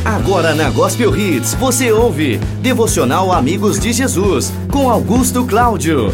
Agora na Gospel Hits você ouve Devocional Amigos de Jesus, com Augusto Cláudio.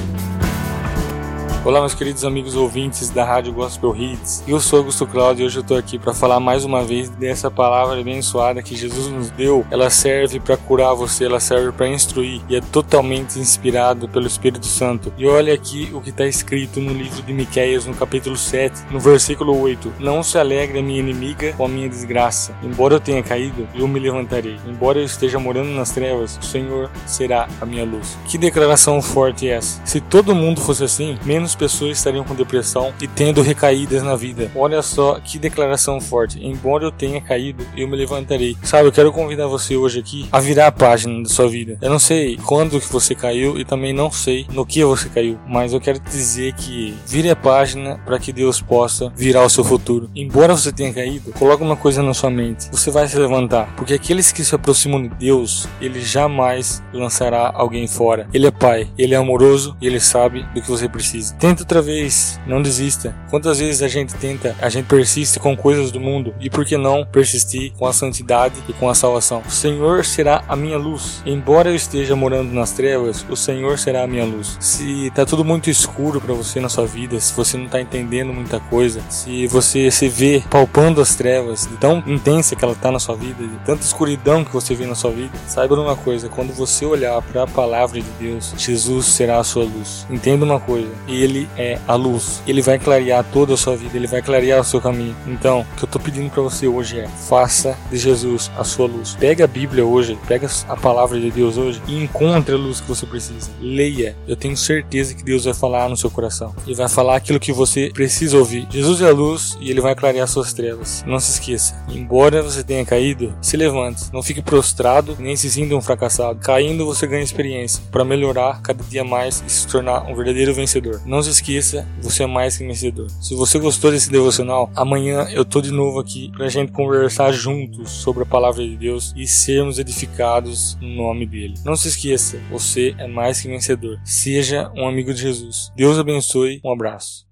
Olá, meus queridos amigos ouvintes da Rádio Gospel Hits. Eu sou Augusto Cláudio e hoje eu estou aqui para falar mais uma vez dessa palavra abençoada que Jesus nos deu. Ela serve para curar você, ela serve para instruir e é totalmente inspirado pelo Espírito Santo. E olha aqui o que está escrito no livro de Miqueias, no capítulo 7, no versículo 8. Não se alegre a minha inimiga com a minha desgraça. Embora eu tenha caído, eu me levantarei. Embora eu esteja morando nas trevas, o Senhor será a minha luz. Que declaração forte é essa? Se todo mundo fosse assim, menos pessoas estariam com depressão e tendo recaídas na vida. Olha só que declaração forte. Embora eu tenha caído, eu me levantarei. Sabe, eu quero convidar você hoje aqui a virar a página da sua vida. Eu não sei quando que você caiu e também não sei no que você caiu, mas eu quero te dizer que vire a página para que Deus possa virar o seu futuro. Embora você tenha caído, coloque uma coisa na sua mente. Você vai se levantar, porque aqueles que se aproximam de Deus, Ele jamais lançará alguém fora. Ele é Pai, Ele é amoroso e Ele sabe do que você precisa. Tenta outra vez, não desista. Quantas vezes a gente persiste com coisas do mundo, e por que não persistir com a santidade e com a salvação? O Senhor será a minha luz. Embora eu esteja morando nas trevas, o Senhor será a minha luz. Se tá tudo muito escuro para você na sua vida, se você não tá entendendo muita coisa, se você se vê palpando as trevas de tão intensa que ela tá na sua vida, de tanta escuridão que você vê na sua vida, saiba uma coisa: quando você olhar para a palavra de Deus, Jesus será a sua luz. Entenda uma coisa: Ele é a luz. Ele vai clarear toda a sua vida, Ele vai clarear o seu caminho. Então, o que eu tô pedindo para você hoje é: faça de Jesus a sua luz. Pega a Bíblia hoje, pega a palavra de Deus hoje e encontre a luz que você precisa. Leia. Eu tenho certeza que Deus vai falar no seu coração e vai falar aquilo que você precisa ouvir. Jesus é a luz e Ele vai clarear suas trevas. Não se esqueça: embora você tenha caído, se levante. Não fique prostrado, nem se sinta um fracassado. Caindo, você ganha experiência para melhorar cada dia mais e se tornar um verdadeiro vencedor. Não se esqueça, você é mais que vencedor. Se você gostou desse devocional, amanhã eu tô de novo aqui pra gente conversar juntos sobre a palavra de Deus e sermos edificados no nome dele. Não se esqueça, você é mais que vencedor. Seja um amigo de Jesus. Deus abençoe. Um abraço.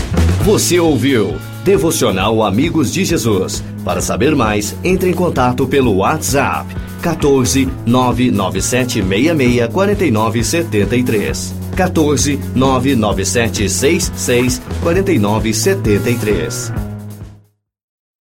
Você ouviu Devocional Amigos de Jesus. Para saber mais, entre em contato pelo WhatsApp 14 997 66 49 73. 14 997 66 49 73.